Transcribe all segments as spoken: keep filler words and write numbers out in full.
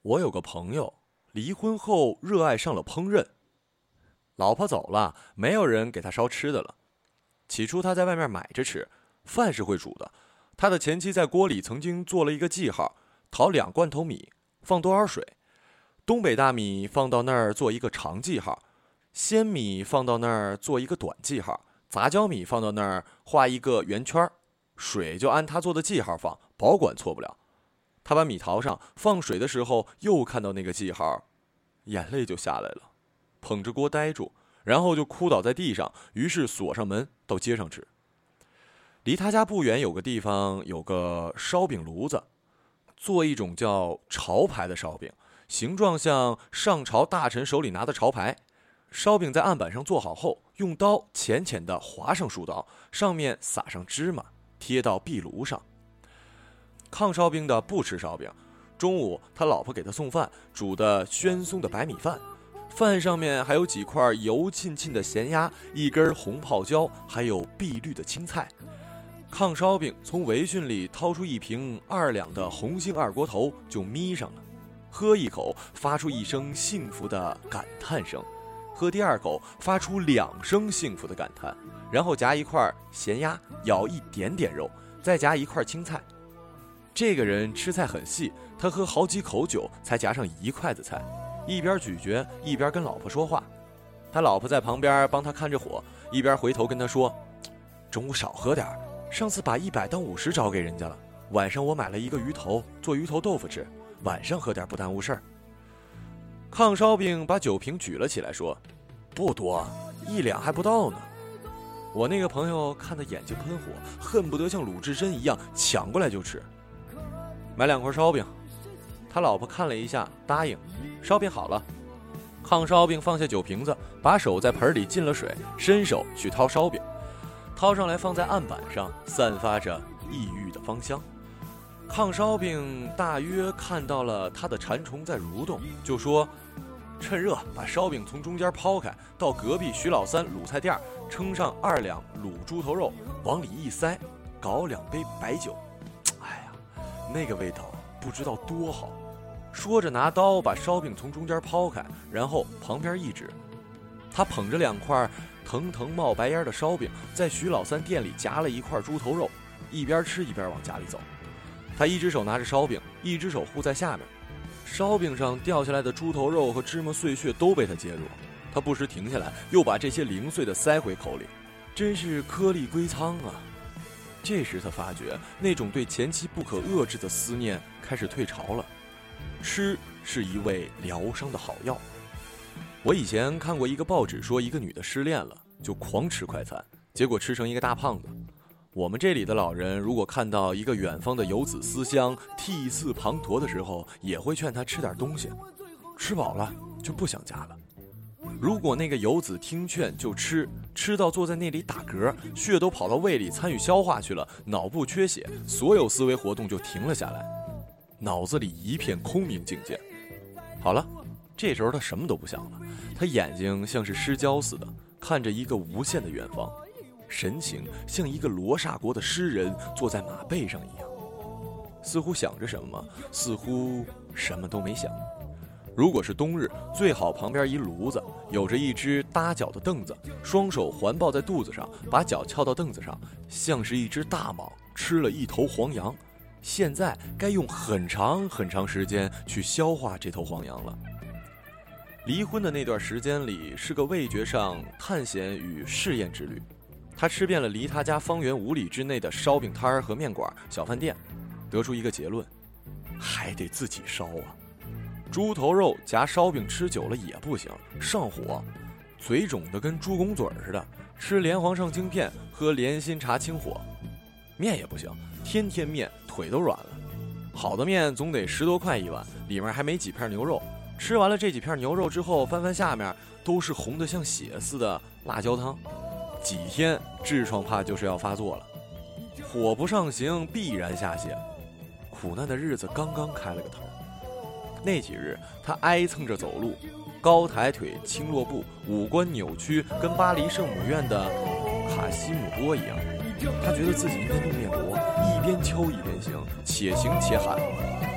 我有个朋友，离婚后热爱上了烹饪。老婆走了，没有人给他烧吃的了。起初他在外面买着吃，饭是会煮的。他的前妻在锅里曾经做了一个记号，淘两罐头米，放多少水。东北大米放到那儿做一个长记号，鲜米放到那儿做一个短记号，杂交米放到那儿画一个圆圈，水就按他做的记号放，保管错不了。他把米淘上，放水的时候又看到那个记号，眼泪就下来了，捧着锅呆住，然后就哭倒在地上，于是锁上门到街上吃。离他家不远有个地方有个烧饼炉子，做一种叫潮牌的烧饼，形状像上朝大臣手里拿的潮牌。烧饼在案板上做好后，用刀浅浅地划上数刀，上面撒上芝麻，贴到壁炉上。炕烧饼的不吃烧饼，中午他老婆给他送饭，煮的鲜松的白米饭，饭上面还有几块油沁沁的咸鸭，一根红泡椒，还有碧绿的青菜。炕烧饼从围裙里掏出一瓶二两的红星二锅头，就眯上了，喝一口发出一声幸福的感叹声，喝第二口发出两声幸福的感叹，然后夹一块咸鸭，舀一点点肉，再夹一块青菜。这个人吃菜很细，他喝好几口酒才夹上一筷子菜，一边咀嚼一边跟老婆说话。他老婆在旁边帮他看着火，一边回头跟他说：中午少喝点，上次把一百当五十找给人家了，晚上我买了一个鱼头做鱼头豆腐吃，晚上喝点不耽误事儿。炕烧饼把酒瓶举了起来说：不多，一两还不到呢。我那个朋友看得眼睛喷火，恨不得像鲁智深一样抢过来就吃。买两块烧饼，他老婆看了一下答应，烧饼好了。炕烧饼放下酒瓶子，把手在盆里浸了水，伸手去掏烧饼，掏上来放在案板上，散发着异域的芳香。炕烧饼大约看到了他的馋虫在蠕动，就说：趁热把烧饼从中间抛开，到隔壁徐老三卤菜店称上二两卤猪头肉，往里一塞，搞两杯白酒。哎呀，那个味道不知道多好。说着拿刀把烧饼从中间抛开，然后旁边一指，他捧着两块腾腾冒白烟的烧饼，在徐老三店里夹了一块猪头肉，一边吃一边往家里走。他一只手拿着烧饼，一只手护在下面，烧饼上掉下来的猪头肉和芝麻碎屑都被他接住，他不时停下来，又把这些零碎的塞回口里，真是颗粒归仓啊。这时他发觉那种对前妻不可遏制的思念开始退潮了。吃是一味疗伤的好药。我以前看过一个报纸说，一个女的失恋了，就狂吃快餐，结果吃成一个大胖子。我们这里的老人如果看到一个远方的游子思乡涕泗滂沱的时候，也会劝他吃点东西，吃饱了就不想家了。如果那个游子听劝就吃，吃到坐在那里打嗝，血都跑到胃里参与消化去了，脑部缺血，所有思维活动就停了下来，脑子里一片空明境界。好了，这时候他什么都不想了，他眼睛像是失焦似的看着一个无限的远方，神情像一个罗刹国的诗人坐在马背上一样，似乎想着什么，似乎什么都没想。如果是冬日，最好旁边一炉子，有着一只搭脚的凳子，双手环抱在肚子上，把脚翘到凳子上，像是一只大蟒吃了一头黄羊，现在该用很长很长时间去消化这头黄羊了。离婚的那段时间里是个味觉上探险与试验之旅，他吃遍了离他家方圆五里之内的烧饼摊和面馆小饭店，得出一个结论：还得自己烧啊。猪头肉夹烧饼吃久了也不行，上火，嘴肿得跟猪拱嘴似的，吃连黄上清片，喝连心茶清火。面也不行，天天面腿都软了，好的面总得十多块一碗，里面还没几片牛肉，吃完了这几片牛肉之后，翻翻下面都是红得像血似的辣椒汤，几天痔疮怕就是要发作了，火不上行必然下泻。苦难的日子刚刚开了个头。那几日他挨蹭着走路，高抬腿轻落步，五官扭曲，跟巴黎圣母院的卡西姆多一样。他觉得自己应该弄面膜，一边敲一边行，且行且喊。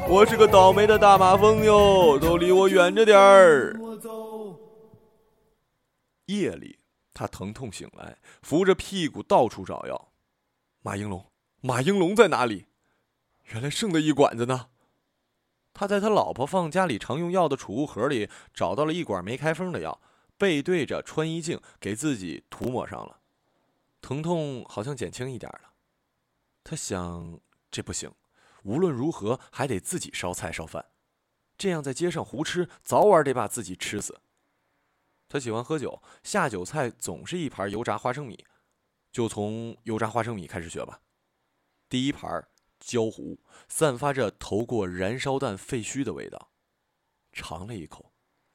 我是个倒霉的大马蜂哟，都离我远着点儿。夜里，他疼痛醒来，扶着屁股到处找药。马应龙，马应龙在哪里？原来剩的一管子呢。他在他老婆放家里常用药的储物盒里找到了一管没开封的药，背对着穿衣镜给自己涂抹上了。疼痛好像减轻一点了。他想，这不行，无论如何还得自己烧菜烧饭，这样在街上胡吃，早晚得把自己吃死。他喜欢喝酒，下酒菜总是一盘油炸花生米，就从油炸花生米开始学吧。第一盘焦糊，散发着投过燃烧弹废墟的味道。尝了一口，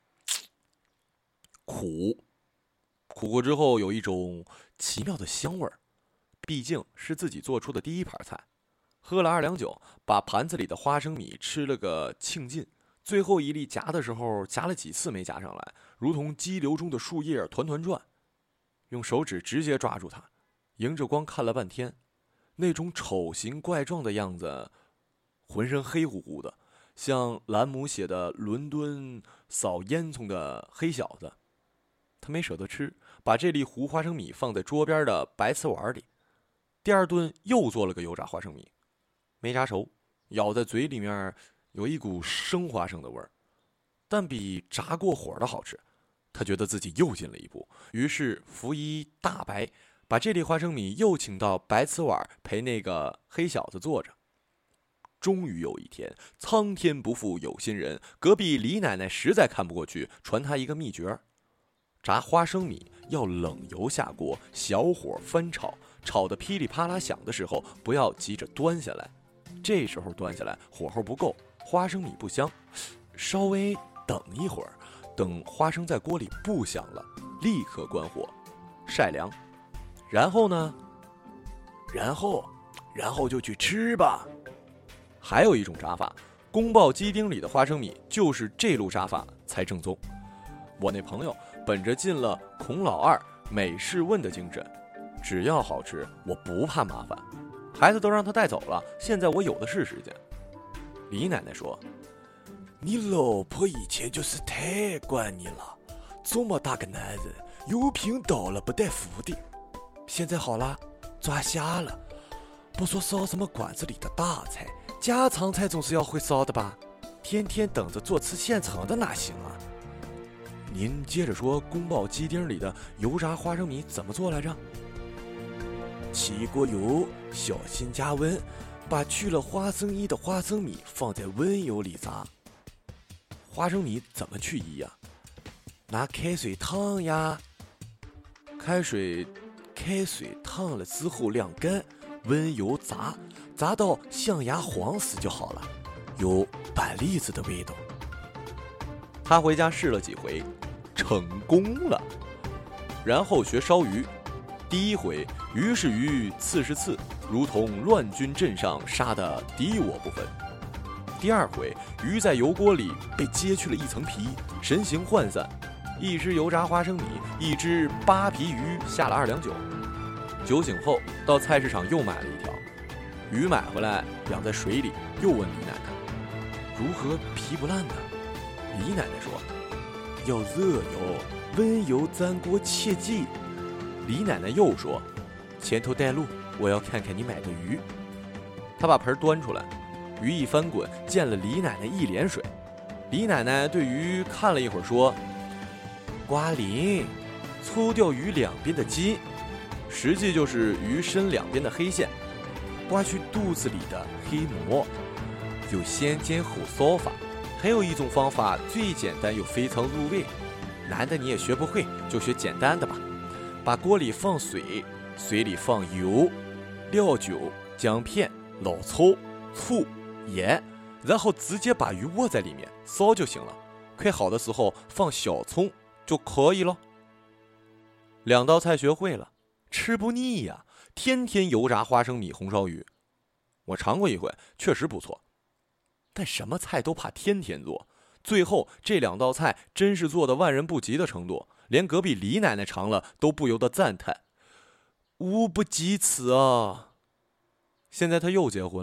苦，苦过之后有一种奇妙的香味儿。毕竟是自己做出的第一盘菜。喝了二两酒，把盘子里的花生米吃了个庆尽。最后一粒夹的时候，夹了几次没夹上来，如同激流中的树叶团团转。用手指直接抓住它，迎着光看了半天，那种丑形怪状的样子，浑身黑乎乎的，像兰姆写的伦敦扫烟囱的黑小子。他没舍得吃，把这粒糊花生米放在桌边的白瓷碗里。第二顿又做了个油炸花生米，没炸熟，咬在嘴里面有一股生花生的味儿，但比炸过火的好吃。他觉得自己又进了一步，于是扶一大白，把这粒花生米又请到白瓷碗陪那个黑小子坐着。终于有一天，苍天不负有心人，隔壁李奶奶实在看不过去，传他一个秘诀：炸花生米要冷油下锅，小火翻炒，炒得噼里啪啦响的时候，不要急着端下来，这时候端下来火候不够，花生米不香。稍微等一会儿，等花生在锅里不响了，立刻关火，晒凉。然后呢？然后，然后就去吃吧。还有一种炸法，宫爆鸡丁里的花生米就是这路炸法才正宗。我那朋友本着进了孔老二美式问的精神，只要好吃，我不怕麻烦。孩子都让他带走了，现在我有的是时间。李奶奶说：“你老婆以前就是太惯你了，这么大个男人，油瓶倒了不带扶的。现在好了，抓瞎了。不说烧什么馆子里的大菜，家常菜总是要会烧的吧？天天等着做吃现成的哪行啊？”您接着说，宫爆鸡丁里的油炸花生米怎么做来着？起锅油，小心加温，把去了花生衣的花生米放在温油里炸。花生米怎么去衣呀？拿开水烫呀。开水，开水烫了之后晾干，温油炸，炸到象牙黄时就好了，有板栗子的味道。他回家试了几回，成功了。然后学烧鱼，第一回鱼是鱼，刺是刺，如同乱军阵上杀的敌我不分。第二回鱼在油锅里被揭去了一层皮，神形涣散，一只油炸花生米，一只扒皮鱼下了二两酒。酒醒后到菜市场又买了一条鱼，买回来养在水里，又问李奶奶如何皮不烂呢？李奶奶说：“要热油，温油沾锅，切记。”李奶奶又说：“前头带路，我要看看你买的鱼。”她把盆端出来，鱼一翻滚，溅了李奶奶一脸水。李奶奶对鱼看了一会儿，说：“刮鳞，粗掉鱼两边的筋，实际就是鱼身两边的黑线，刮去肚子里的黑膜。有先煎后烧法。还有一种方法最简单又非常入味，难的你也学不会，就学简单的吧。把锅里放水，水里放油、料酒、姜片、老抽、醋、盐，然后直接把鱼握在里面烧就行了。快好的时候放小葱就可以了。两道菜学会了，吃不腻呀！天天油炸花生米、红烧鱼，我尝过一回，确实不错。但什么菜都怕天天做，最后这两道菜真是做的万人不及的程度，连隔壁李奶奶尝了都不由得赞叹：“无不及此啊！”现在她又结婚了，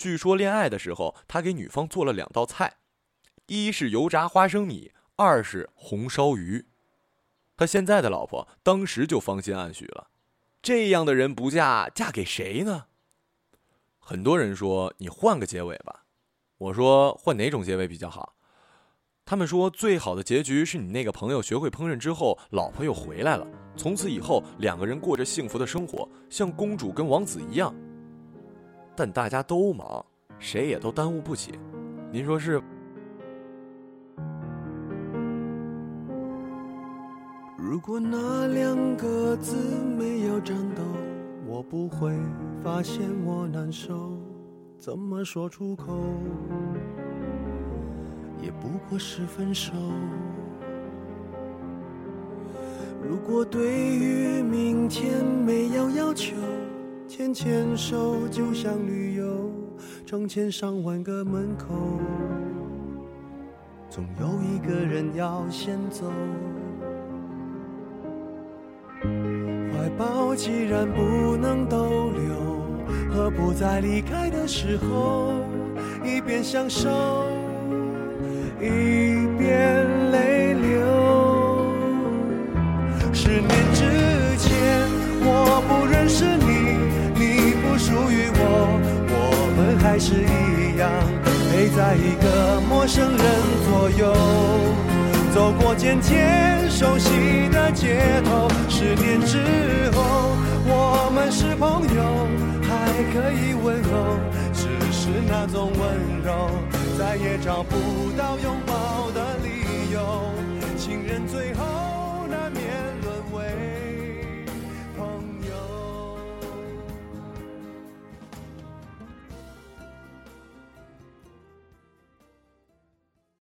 据说恋爱的时候，他给女方做了两道菜，一是油炸花生米，二是红烧鱼。他现在的老婆当时就芳心暗许了，这样的人不嫁，嫁给谁呢？很多人说你换个结尾吧，我说换哪种结尾比较好？他们说最好的结局是你那个朋友学会烹饪之后，老婆又回来了，从此以后两个人过着幸福的生活，像公主跟王子一样。但大家都忙，谁也都耽误不起，您说是？ 如果那两个字没有颤抖，我不会发现我难受，怎么说出口，也不过是分手。如果对于明天没有要求，牵牵手就像旅游，成千上万个门口，总有一个人要先走。怀抱既然不能逗留，何不在离开的时候，一边享受，一边泪流。十年之前我不认识你，你不属于我，我们还是一样陪在一个陌生人左右，走过渐渐熟悉的街头。十年之后我们是朋友，还可以问候，只是那种温柔再也找不到拥抱的理由。情人最后